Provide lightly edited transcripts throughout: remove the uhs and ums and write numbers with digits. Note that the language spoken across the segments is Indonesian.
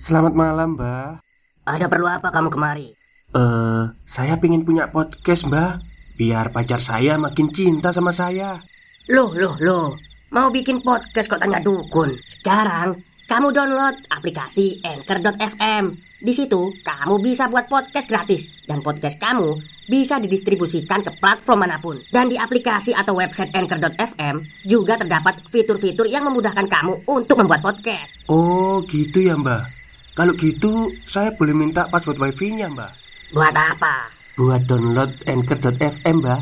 Selamat malam, Mbak. Ada perlu apa kamu kemari? Saya pengen punya podcast, Mbak. Biar pacar saya makin cinta sama saya. Loh. Mau bikin podcast kok tanya dukun? Sekarang kamu download aplikasi Anchor.fm. Di situ kamu bisa buat podcast gratis. Dan podcast kamu bisa didistribusikan ke platform manapun. Dan di aplikasi atau website Anchor.fm juga terdapat fitur-fitur yang memudahkan kamu untuk membuat podcast. Oh, gitu ya, Mbak. Kalau gitu, saya boleh minta password wifi-nya, Mbak. Buat apa? Buat download Anchor.fm, Mbak.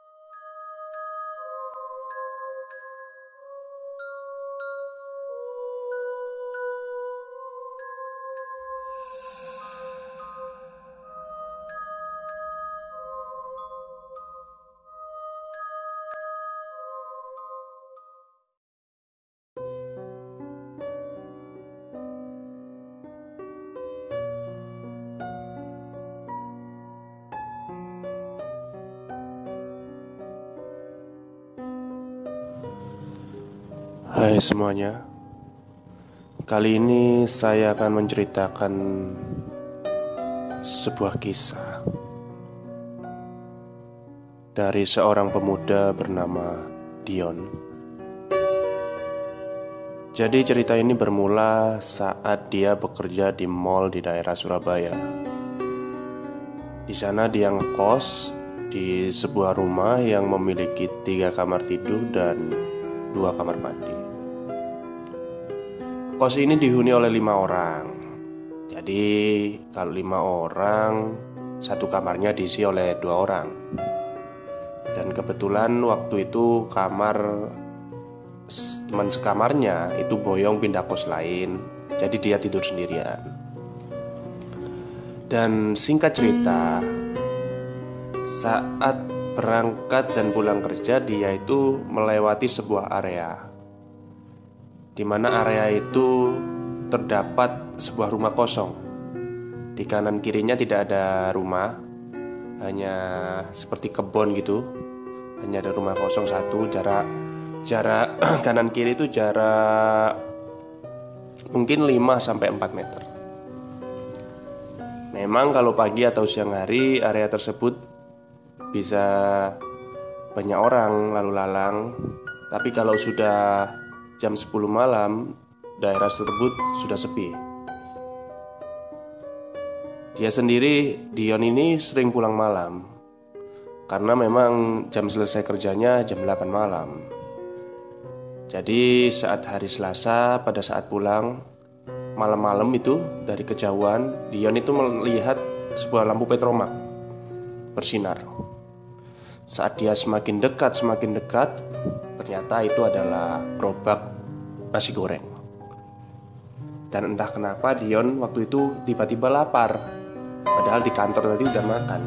Hai semuanya. Kali ini saya akan menceritakan sebuah kisah dari seorang pemuda bernama Dion. Jadi cerita ini bermula saat dia bekerja di mall di daerah Surabaya. Di sana dia ngekos di sebuah rumah yang memiliki 3 kamar tidur dan 2 kamar mandi. Kos ini dihuni oleh 5 orang. Jadi kalau 5 orang, satu kamarnya diisi oleh 2 orang. Dan kebetulan waktu itu teman sekamarnya itu boyong pindah kos lain. Jadi dia tidur sendirian. Dan singkat cerita, saat berangkat dan pulang kerja, dia itu melewati sebuah area di mana area itu terdapat sebuah rumah kosong. Di kanan kirinya tidak ada rumah, hanya seperti kebun gitu. Hanya ada rumah kosong satu. Jarak kanan kiri itu jarak mungkin 5-4 meter. Memang kalau pagi atau siang hari area tersebut bisa banyak orang lalu lalang. Tapi kalau sudah jam 10 malam, daerah tersebut sudah sepi. Dia sendiri, Dion ini sering pulang malam, karena memang jam selesai kerjanya jam 8 malam. Jadi saat hari Selasa, pada saat pulang malam-malam itu dari kejauhan, Dion itu melihat sebuah lampu petromak bersinar. Saat dia semakin dekat, ternyata itu adalah gerobak nasi goreng. Dan entah kenapa Dion waktu itu tiba-tiba lapar. Padahal di kantor tadi udah makan.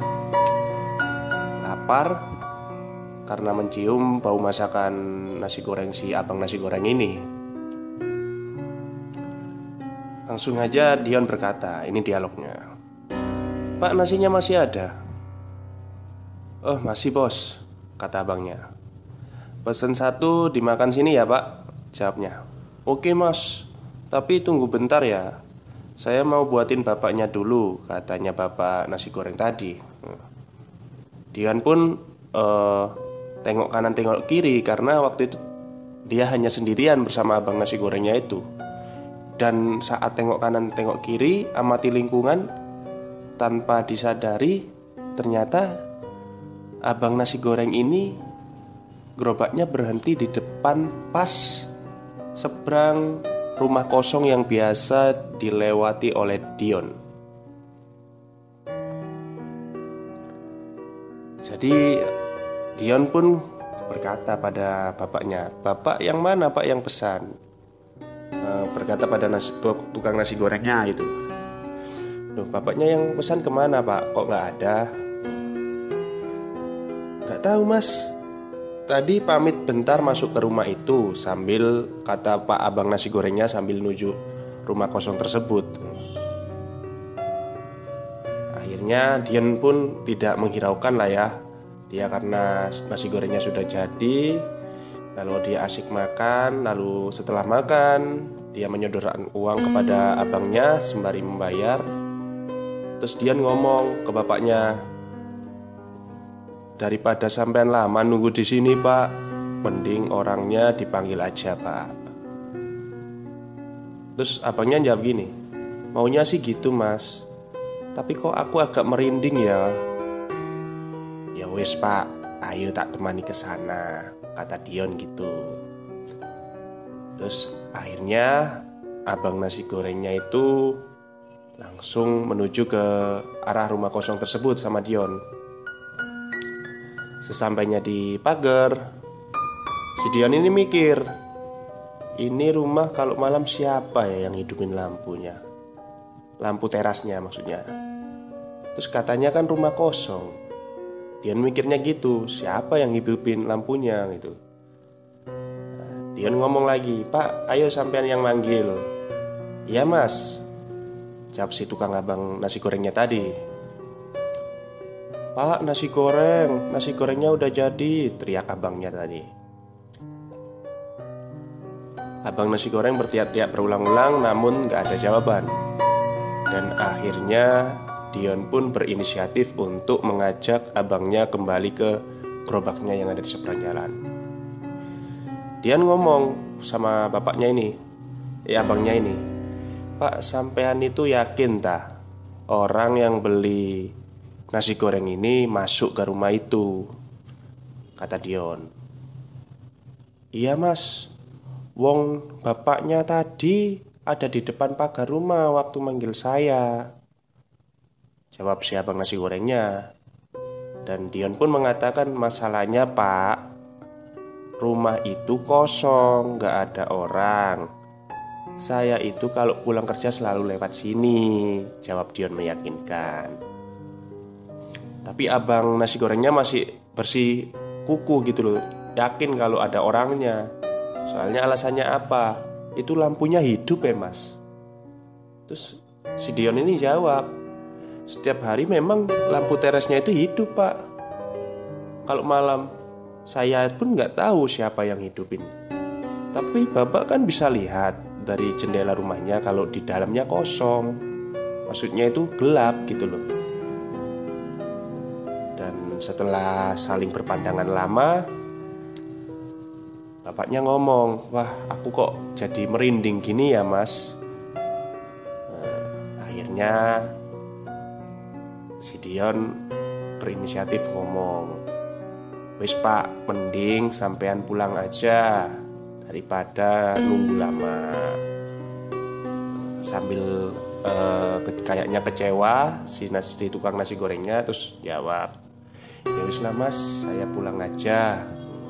Lapar karena mencium bau masakan nasi goreng si abang nasi goreng ini. Langsung aja Dion berkata, ini dialognya. "Pak, nasinya masih ada?" "Oh masih bos," kata abangnya. "Pesen 1 dimakan sini ya pak," jawabnya. "Oke mas, tapi tunggu bentar ya, saya mau buatin bapaknya dulu," katanya bapak nasi goreng tadi. Dian pun tengok kanan tengok kiri, karena waktu itu dia hanya sendirian bersama abang nasi gorengnya itu. Dan saat tengok kanan tengok kiri, amati lingkungan, tanpa disadari ternyata abang nasi goreng ini gerobaknya berhenti di depan pas seberang rumah kosong yang biasa dilewati oleh Dion. Jadi Dion pun berkata pada bapaknya, "Bapak yang mana pak yang pesan?" Berkata pada tukang nasi gorengnya itu. "Loh, bapaknya yang pesan kemana pak? Kok gak ada?" "Gak tahu mas, tadi pamit bentar masuk ke rumah itu," sambil kata pak abang nasi gorengnya sambil nuju rumah kosong tersebut. Akhirnya Dion pun tidak menghiraukan lah ya. Dia karena nasi gorengnya sudah jadi, Lalu dia asik makan. Lalu setelah makan, dia menyodorkan uang kepada abangnya sembari membayar. Terus Dion ngomong ke bapaknya, daripada sampean lama nunggu di sini pak, mending orangnya dipanggil aja pak. Terus abangnya jawab gini, maunya sih gitu mas, tapi kok aku agak merinding ya. Ya wes pak, ayo tak temani ke sana, kata Dion gitu. Terus akhirnya abang nasi gorengnya itu langsung menuju ke arah rumah kosong tersebut sama Dion. Sesampainya di pagar, si Dion ini mikir, ini rumah kalau malam siapa ya yang hidupin lampunya? Lampu terasnya maksudnya. Terus katanya kan rumah kosong. Dion mikirnya gitu, siapa yang hidupin lampunya gitu. Dion ngomong lagi, pak ayo sampean yang manggil. Iya mas, jawab si tukang abang nasi gorengnya tadi. Pak nasi gorengnya udah jadi, teriak abangnya tadi. Abang nasi goreng berteriak-teriak berulang-ulang namun gak ada jawaban. Dan akhirnya Dion pun berinisiatif untuk mengajak abangnya kembali ke gerobaknya yang ada di seberang jalan. Dion ngomong sama bapaknya ini, abangnya ini, pak sampean itu yakin tak orang yang beli nasi goreng ini masuk ke rumah itu? Kata Dion. Iya mas, wong bapaknya tadi ada di depan pagar rumah waktu manggil saya, jawab si abang nasi gorengnya. Dan Dion pun mengatakan, masalahnya pak, rumah itu kosong, gak ada orang. Saya itu kalau pulang kerja selalu lewat sini, jawab Dion meyakinkan. Tapi abang nasi gorengnya masih bersih kuku gitu loh, yakin kalau ada orangnya. Soalnya alasannya apa? Itu lampunya hidup ya mas. Terus si Dion ini jawab, setiap hari memang lampu terasnya itu hidup pak. Kalau malam saya pun gak tahu siapa yang hidupin. Tapi bapak kan bisa lihat dari jendela rumahnya kalau di dalamnya kosong. Maksudnya itu gelap gitu loh. Dan setelah saling berpandangan lama, bapaknya ngomong, wah aku kok jadi merinding gini ya mas. Akhirnya si Dion berinisiatif ngomong, wis pak, mending sampean pulang aja daripada nunggu lama. Sambil kayaknya kecewa si tukang nasi gorengnya terus jawab, ya wis lah mas, saya pulang aja.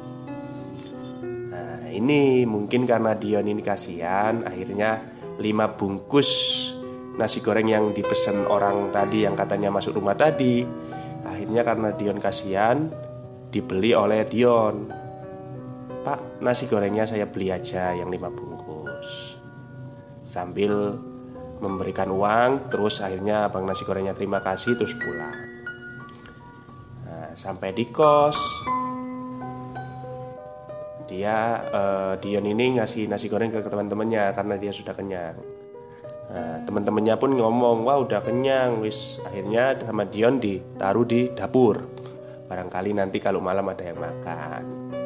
Nah ini mungkin karena Dion ini kasihan, akhirnya 5 bungkus nasi goreng yang dipesan orang tadi yang katanya masuk rumah tadi, akhirnya karena Dion kasihan dibeli oleh Dion. Pak, nasi gorengnya saya beli aja yang 5 bungkus, sambil memberikan uang. Terus akhirnya abang nasi gorengnya terima kasih terus pulang. Nah, sampai di kos, Dion ini ngasih nasi goreng ke teman-temannya karena dia sudah kenyang. Nah, teman-temannya pun ngomong, wah udah kenyang wis. Akhirnya sama Dion ditaruh di dapur, barangkali nanti kalau malam ada yang makan.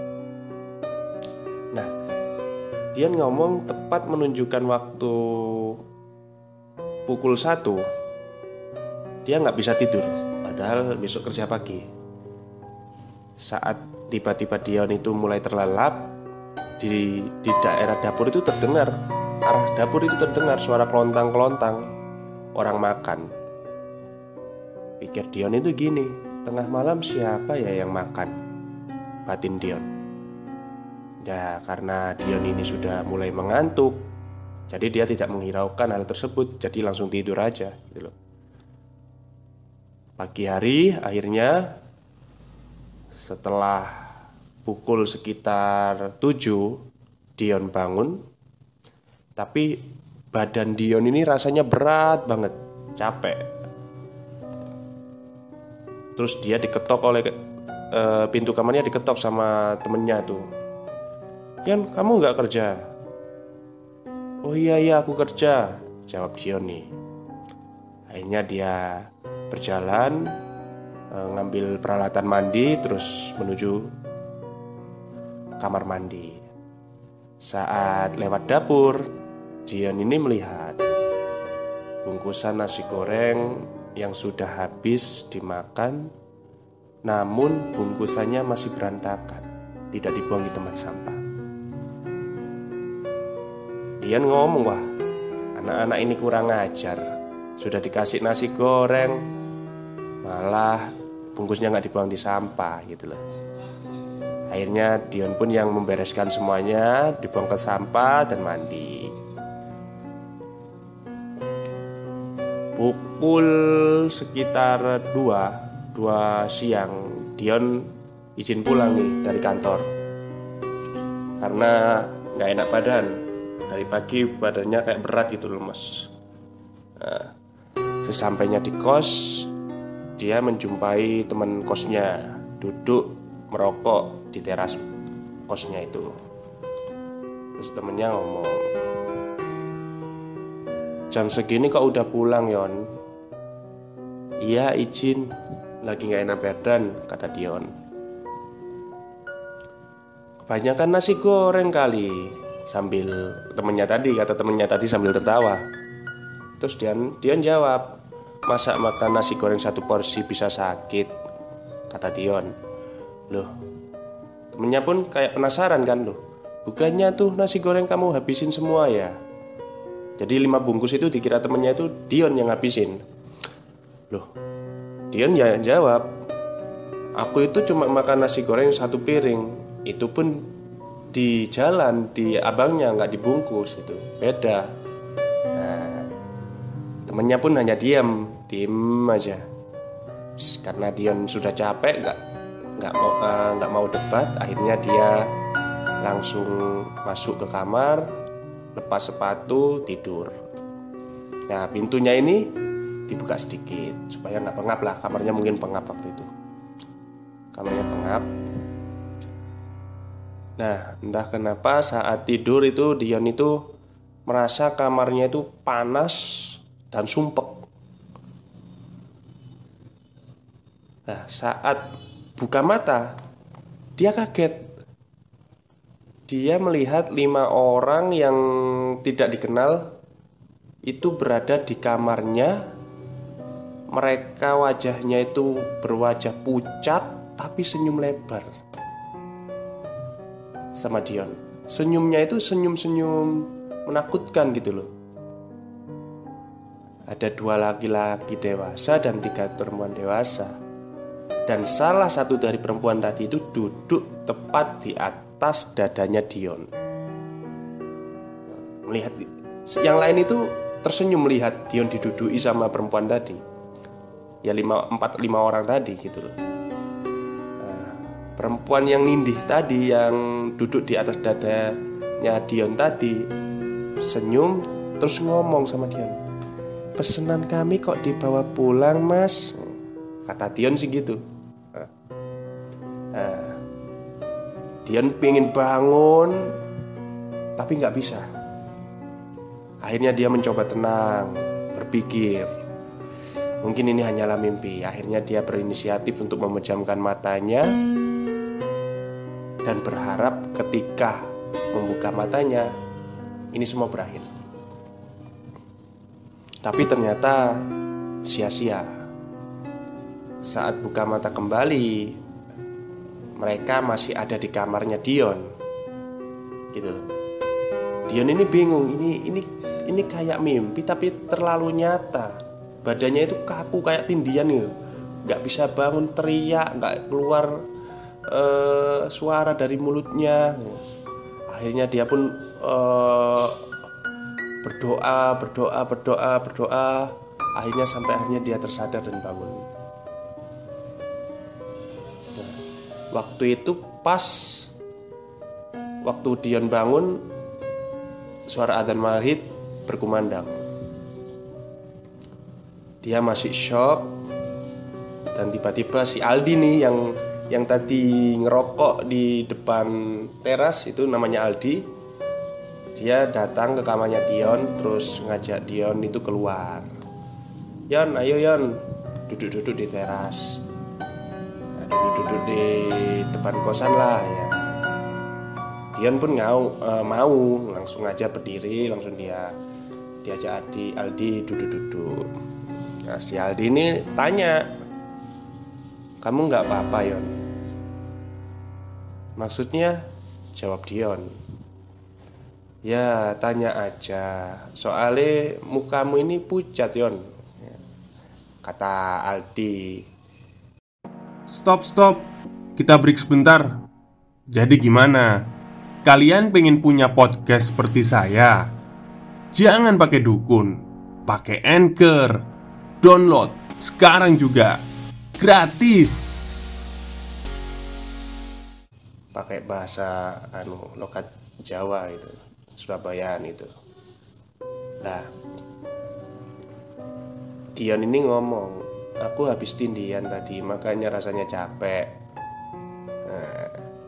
Nah, Dion ngomong tepat menunjukkan waktu pukul 1. Dia gak bisa tidur, padahal besok kerja pagi. Saat tiba-tiba Dion itu mulai terlelap, di daerah dapur itu terdengar, arah dapur itu terdengar suara kelontang-kelontang orang makan. Pikir Dion itu gini, tengah malam siapa ya yang makan? Batin Dion. Ya karena Dion ini sudah mulai mengantuk, jadi dia tidak menghiraukan hal tersebut, jadi langsung tidur aja gitu loh. Pagi hari akhirnya setelah pukul sekitar 7 Dion bangun. Tapi badan Dion ini rasanya berat banget, capek. Terus dia diketok oleh pintu kamarnya diketok sama temennya tuh. Dion, kamu nggak kerja? Oh iya aku kerja, jawab Dion nih. Akhirnya dia berjalan, ngambil peralatan mandi, terus menuju kamar mandi. Saat lewat dapur, Dion ini melihat bungkusan nasi goreng yang sudah habis dimakan, namun bungkusannya masih berantakan, tidak dibuang di tempat sampah. Dion ngomong, wah, anak-anak ini kurang ajar. Sudah dikasih nasi goreng, malah bungkusnya gak dibuang di sampah gitu loh. Akhirnya Dion pun yang membereskan semuanya, dibuang ke sampah dan mandi. Pukul sekitar 2 siang, Dion izin pulang nih dari kantor karena gak enak badan. Dari pagi badannya kayak berat gitu loh mas. Nah, sesampainya di kos, dia menjumpai teman kosnya duduk merokok di teras kosnya itu. Terus temennya ngomong, jam segini kok udah pulang Yon? Iya izin, lagi gak enak badan, kata Dion. Kebanyakan nasi goreng kali, kata temennya tadi sambil tertawa. Terus Dion jawab, masa makan nasi goreng 1 porsi bisa sakit, kata Dion. Loh, temennya pun kayak penasaran kan, loh, bukannya tuh nasi goreng kamu habisin semua ya? Jadi 5 bungkus itu dikira temennya itu Dion yang habisin. Loh, Dion ya jawab, aku itu cuma makan nasi goreng 1 piring, itu pun di jalan, di abangnya, gak dibungkus, itu beda. Nah, temennya pun hanya diem aja. Karena Dion sudah capek, gak mau debat. Akhirnya dia langsung masuk ke kamar, lepas sepatu, tidur. Nah, pintunya ini dibuka sedikit supaya gak pengap lah. Kamarnya mungkin pengap waktu itu. Kamarnya pengap. Nah, entah kenapa saat tidur itu Dion itu merasa kamarnya itu panas dan sumpek. Nah, saat buka mata, dia kaget. Dia melihat 5 orang yang tidak dikenal itu berada di kamarnya. Mereka wajahnya itu berwajah pucat tapi senyum lebar sama Dion. Senyumnya itu senyum-senyum menakutkan gitu loh. Ada 2 laki-laki dewasa dan 3 perempuan dewasa. Dan salah satu dari perempuan tadi itu duduk tepat di atas dadanya Dion. Melihat yang lain itu tersenyum melihat Dion diduduki sama perempuan tadi. Ya 5 orang tadi gitu loh. Perempuan yang nindih tadi, yang duduk di atas dadanya Dion tadi, senyum terus ngomong sama Dion, pesanan kami kok dibawa pulang mas, kata Dion sih gitu. Dion pengen bangun tapi gak bisa. Akhirnya dia mencoba tenang, berpikir mungkin ini hanyalah mimpi. Akhirnya dia berinisiatif untuk memejamkan matanya dan berharap ketika membuka matanya ini semua berakhir. Tapi ternyata sia-sia. Saat buka mata kembali, mereka masih ada di kamarnya Dion. Gitu. Dion ini bingung, ini kayak mimpi tapi terlalu nyata. Badannya itu kaku kayak tindian gitu. Gak bisa bangun, teriak, gak keluar suara dari mulutnya. Akhirnya dia pun berdoa. Akhirnya dia tersadar dan bangun. Nah, waktu itu pas waktu Dion bangun, suara adzan maghrib berkumandang. Dia masih shock. Dan tiba-tiba si Aldi nih yang yang tadi ngerokok di depan teras itu namanya Aldi. Dia datang ke kamarnya Dion, terus ngajak Dion itu keluar. Yon, ayo Yon, duduk-duduk di teras. Nah, duduk-duduk di depan kosan lah ya. Dion pun mau langsung aja berdiri, langsung diajak Aldi duduk-duduk. Nah, si Aldi ini tanya, kamu nggak apa-apa Yon? Maksudnya, jawab Dion. Ya tanya aja, soalnya mukamu ini pucat Yon, kata Aldi. Stop, kita break sebentar. Jadi gimana? Kalian pengen punya podcast seperti saya? Jangan pakai dukun, pakai Anchor. Download sekarang juga, gratis. Pakai bahasa logat Jawa itu, Surabayaan itu. Nah, Dion ini ngomong, aku habis tindihan tadi, makanya rasanya capek. Nah,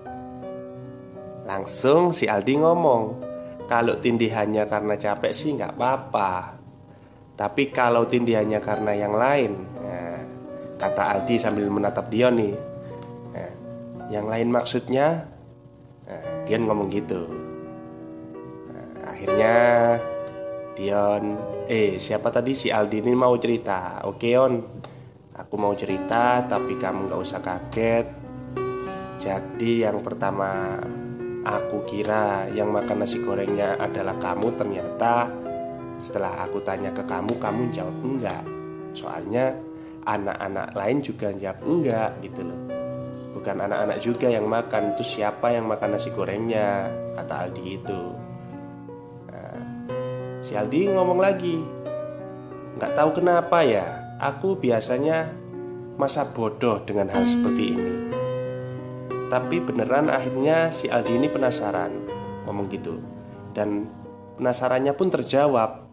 langsung si Aldi ngomong, kalau tindihannya karena capek sih nggak apa-apa, tapi kalau tindihannya karena yang lain, nah, kata Aldi sambil menatap Dion nih. Nah, yang lain maksudnya? Nah, Dion ngomong gitu. Nah, akhirnya Dion, siapa tadi si Aldi ini mau cerita. Oke On, aku mau cerita tapi kamu gak usah kaget. Jadi yang pertama, aku kira yang makan nasi gorengnya adalah kamu. Ternyata setelah aku tanya ke kamu jawab enggak. Soalnya anak-anak lain juga jawab enggak gitu loh. Bukan anak-anak juga yang makan, itu siapa yang makan nasi gorengnya, kata Aldi itu. Nah, si Aldi ngomong lagi, gak tahu kenapa ya, aku biasanya masa bodoh dengan hal seperti ini. Tapi beneran akhirnya si Aldi ini penasaran, ngomong gitu. Dan penasarannya pun terjawab.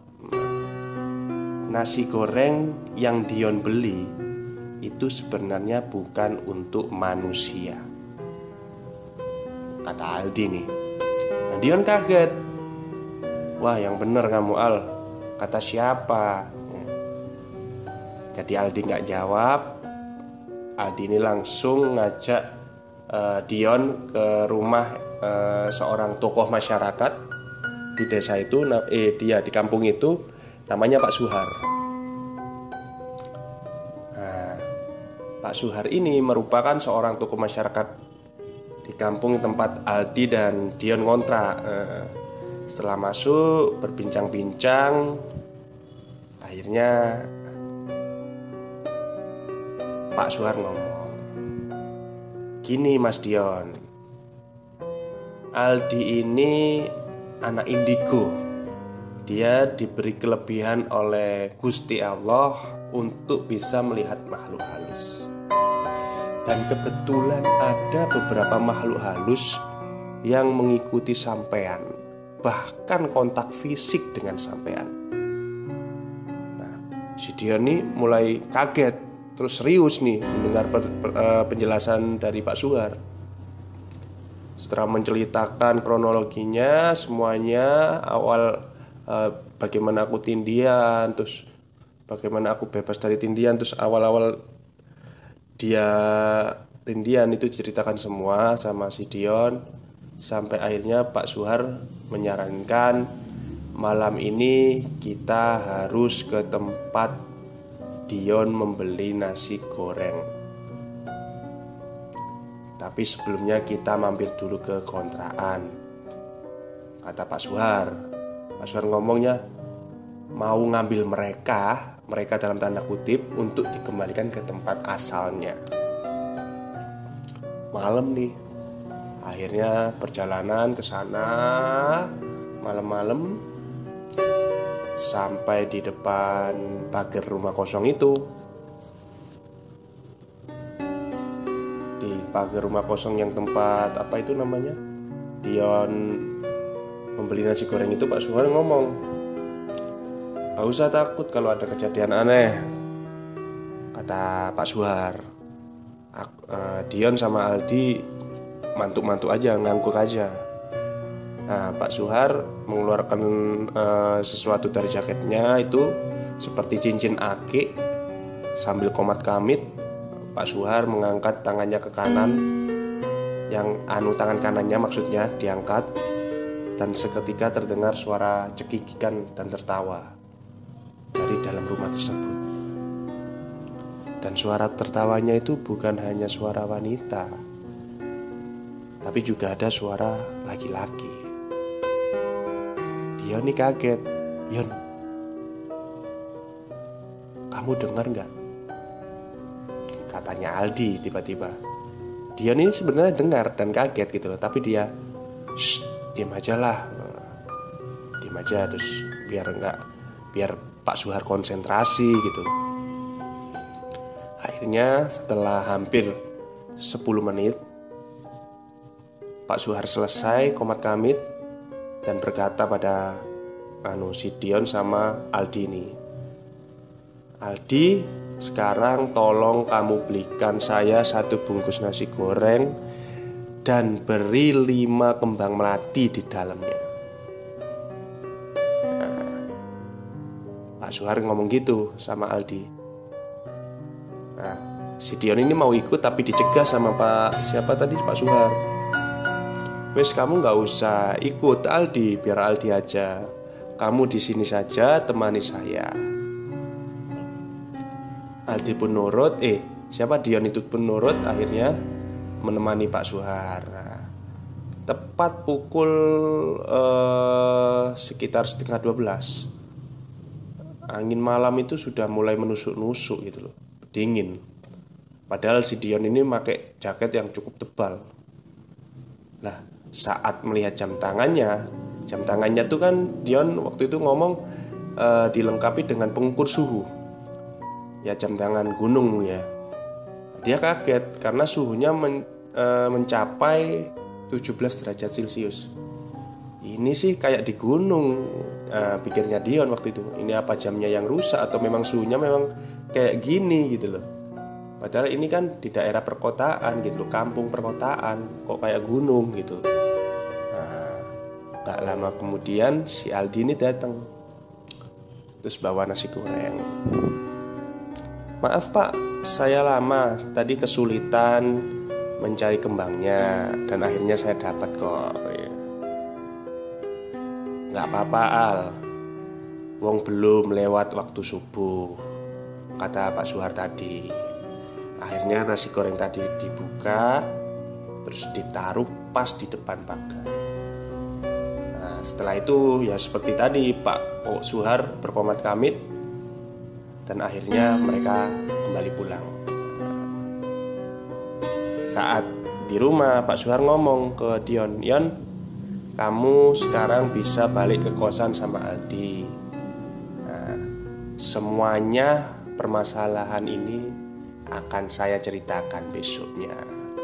Nasi goreng yang Dion beli itu sebenarnya bukan untuk manusia, kata Aldi nih. Nah, Dion kaget. Wah, yang bener kamu Al, kata siapa? Jadi Aldi gak jawab. Aldi ini langsung ngajak Dion ke rumah seorang tokoh masyarakat di desa itu. Dia di kampung itu namanya Pak Suhar. Pak Suhar ini merupakan seorang tokoh masyarakat di kampung tempat Aldi dan Dion ngontrak. Setelah masuk, berbincang-bincang, akhirnya Pak Suhar ngomong, gini Mas Dion, Aldi ini anak indigo. Dia diberi kelebihan oleh Gusti Allah untuk bisa melihat makhluk halus. Dan kebetulan ada beberapa makhluk halus yang mengikuti sampean, bahkan kontak fisik dengan sampean. Nah, si Dion nih mulai kaget, terus serius nih mendengar penjelasan dari Pak Suhar. Setelah menceritakan kronologinya semuanya, awal bagaimana aku tindihan, terus bagaimana aku bebas dari tindihan, terus awal-awal dia tindihan itu diceritakan semua sama si Dion. Sampai akhirnya Pak Suhar menyarankan, malam ini kita harus ke tempat Dion membeli nasi goreng. Tapi sebelumnya kita mampir dulu ke kontrakan, kata Pak Suhar. Pak Suhar ngomongnya mau ngambil mereka dalam tanda kutip untuk dikembalikan ke tempat asalnya. Malam nih, akhirnya perjalanan ke sana malam-malam sampai di depan pagar rumah kosong itu. Di pagar rumah kosong yang tempat apa itu namanya, Dion membeli nasi goreng itu, Pak Suhar ngomong, gak usah takut kalau ada kejadian aneh, kata Pak Suhar. Dion sama Aldi mantuk-mantuk aja, ngangguk aja. Nah, Pak Suhar mengeluarkan sesuatu dari jaketnya itu seperti cincin akik. Sambil komat kamit, Pak Suhar mengangkat tangannya ke kanan, tangan kanannya maksudnya diangkat, dan seketika terdengar suara cekikikan dan tertawa dari dalam rumah tersebut. Dan suara tertawanya itu bukan hanya suara wanita, tapi juga ada suara laki-laki. Dion nih kaget. Yon, kamu dengar gak? Katanya Aldi tiba-tiba. Dion ini sebenarnya dengar dan kaget gitu loh, tapi dia diam aja lah, diam aja terus biar Pak Suhar konsentrasi gitu. Akhirnya setelah hampir 10 menit Pak Suhar selesai komat kamit dan berkata pada si Dion sama Aldi ini, Aldi, sekarang tolong kamu belikan saya 1 bungkus nasi goreng dan beri 5 kembang melati di dalamnya. Pak Suhar ngomong gitu sama Aldi. Nah, si Dion ini mau ikut tapi dicegah sama Pak Suhar. Wes, kamu gak usah ikut Aldi, biar Aldi aja. Kamu di sini saja temani saya. Aldi pun nurut. Dion itu pun nurut, akhirnya menemani Pak Suhar. Nah, tepat pukul sekitar 11:30, angin malam itu sudah mulai menusuk-nusuk gitu loh, dingin. Padahal si Dion ini pakai jaket yang cukup tebal. Nah, saat melihat jam tangannya tuh kan Dion waktu itu ngomong dilengkapi dengan pengukur suhu. Ya, jam tangan gunung ya. Dia kaget karena suhunya mencapai 17 derajat Celcius. Ini sih kayak di gunung, pikirnya Dion waktu itu. Ini apa jamnya yang rusak atau memang suhunya memang kayak gini gitu loh. Padahal ini kan di daerah perkotaan gitu loh, kampung perkotaan, kok kayak gunung gitu. Nah, gak lama kemudian si Aldi ini datang, terus bawa nasi goreng. Maaf Pak, saya lama tadi kesulitan mencari kembangnya dan akhirnya saya dapat kok. Gak apa-apa Al, wong belum lewat waktu subuh, kata Pak Suhar tadi. Akhirnya nasi goreng tadi dibuka, terus ditaruh pas di depan pagar. Nah, setelah itu ya seperti tadi, Pak Suhar berkomat kamit dan akhirnya mereka kembali pulang. Saat di rumah, Pak Suhar ngomong ke Dion, Yon, kamu sekarang bisa balik ke kosan sama Aldi. Nah, semuanya permasalahan ini akan saya ceritakan besoknya.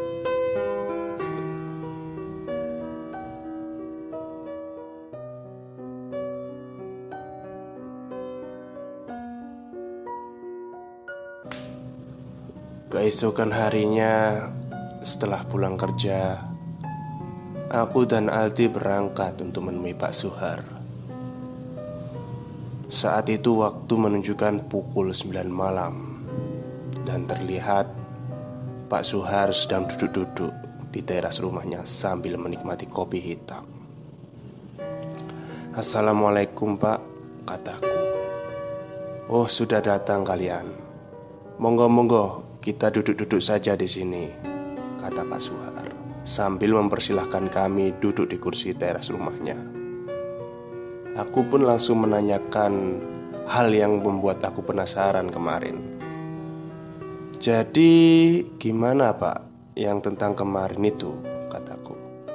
Keesokan harinya, setelah pulang kerja, aku dan Aldi berangkat untuk menemui Pak Suhar. Saat itu waktu menunjukkan pukul 9 malam dan terlihat Pak Suhar sedang duduk-duduk di teras rumahnya sambil menikmati kopi hitam. Assalamualaikum Pak, kataku. Oh, sudah datang kalian. Monggo-monggo, kita duduk-duduk saja di sini, kata Pak Suhar sambil mempersilahkan kami duduk di kursi teras rumahnya. Aku pun langsung menanyakan hal yang membuat aku penasaran kemarin. Jadi gimana Pak yang tentang kemarin itu, kataku.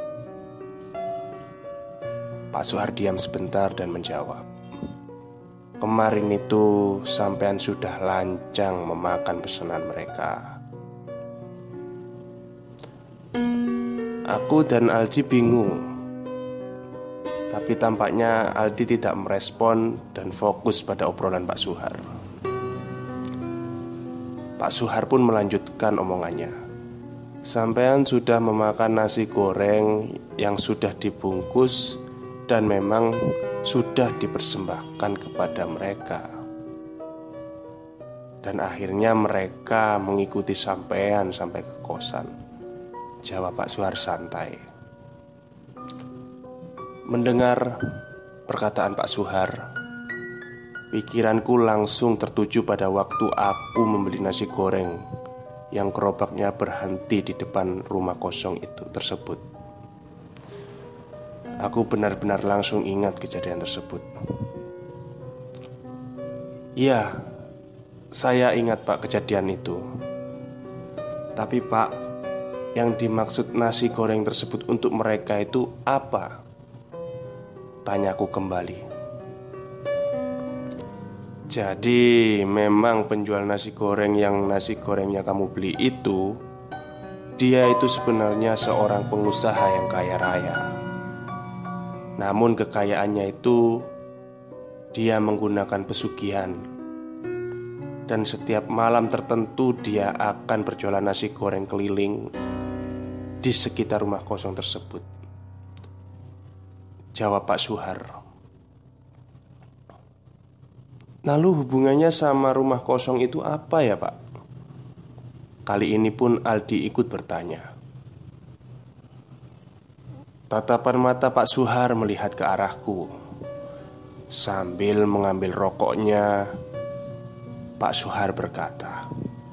Pak Suhar diam sebentar dan menjawab, kemarin itu sampean sudah lancang memakan pesanan mereka. Aku dan Aldi bingung, tapi tampaknya Aldi tidak merespon dan fokus pada obrolan Pak Suhar. Pak Suhar pun melanjutkan omongannya. Sampean sudah memakan nasi goreng yang sudah dibungkus dan memang sudah dipersembahkan kepada mereka. Dan akhirnya mereka mengikuti sampean sampai ke kosan, jawab Pak Suhar santai. Mendengar perkataan Pak Suhar, pikiranku langsung tertuju pada waktu aku membeli nasi goreng yang gerobaknya berhenti di depan rumah kosong itu tersebut. Aku benar-benar langsung ingat kejadian tersebut. Iya, saya ingat Pak kejadian itu. Tapi Pak, yang dimaksud nasi goreng tersebut untuk mereka itu apa? Tanyaku kembali. Jadi memang penjual nasi goreng yang nasi gorengnya kamu beli itu, dia itu sebenarnya seorang pengusaha yang kaya raya. Namun kekayaannya itu dia menggunakan pesugihan. Dan setiap malam tertentu dia akan berjualan nasi goreng keliling di sekitar rumah kosong tersebut, jawab Pak Suhar. Lalu hubungannya sama rumah kosong itu apa ya Pak? Kali ini pun Aldi ikut bertanya. Tatapan mata Pak Suhar melihat ke arahku. Sambil mengambil rokoknya, Pak Suhar berkata,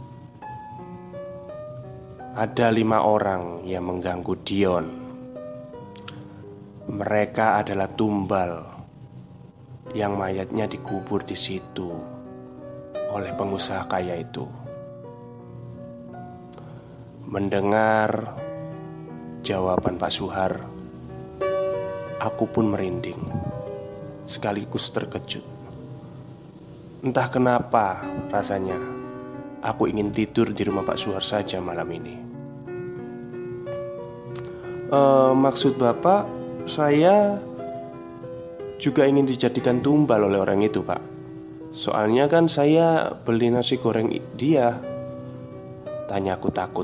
ada 5 orang yang mengganggu Dion. Mereka adalah tumbal yang mayatnya dikubur di situ oleh pengusaha kaya itu. Mendengar jawaban Pak Suhar, aku pun merinding, sekaligus terkejut. Entah kenapa rasanya aku ingin tidur di rumah Pak Suhar saja malam ini. Maksud Bapak, saya juga ingin dijadikan tumbal oleh orang itu Pak. Soalnya kan saya beli nasi goreng dia, tanyaku takut.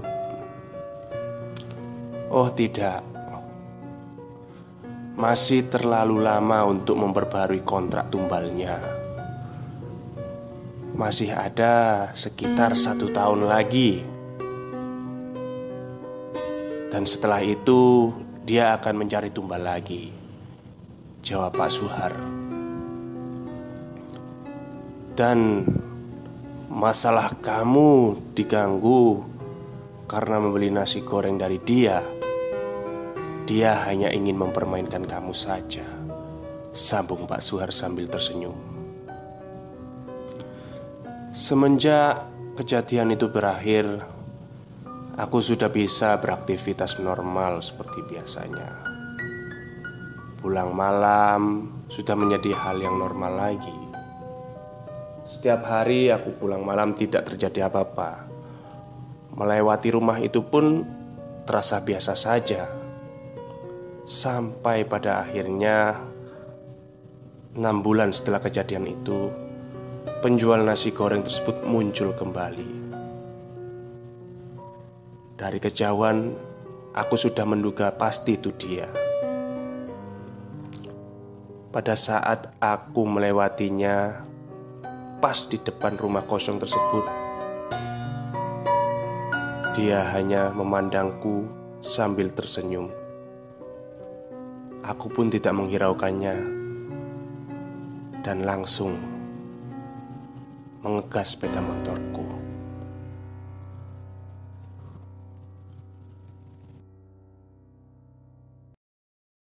Oh tidak, masih terlalu lama untuk memperbarui kontrak tumbalnya. Masih ada sekitar 1 tahun lagi. Dan setelah itu dia akan mencari tumbal lagi, jawab Pak Suhar. Dan masalah kamu diganggu karena membeli nasi goreng dari dia. Dia hanya ingin mempermainkan kamu saja, sambung Pak Suhar sambil tersenyum. Semenjak kejadian itu berakhir, aku sudah bisa beraktivitas normal seperti biasanya. Pulang malam sudah menjadi hal yang normal lagi. Setiap hari aku pulang malam tidak terjadi apa-apa. Melewati rumah itu pun terasa biasa saja. Sampai pada akhirnya 6 bulan setelah kejadian itu, penjual nasi goreng tersebut muncul kembali. Dari kejauhan aku sudah menduga pasti itu dia. Pada saat aku melewatinya, pas di depan rumah kosong tersebut, dia hanya memandangku sambil tersenyum. Aku pun tidak menghiraukannya dan langsung mengegas sepeda motorku.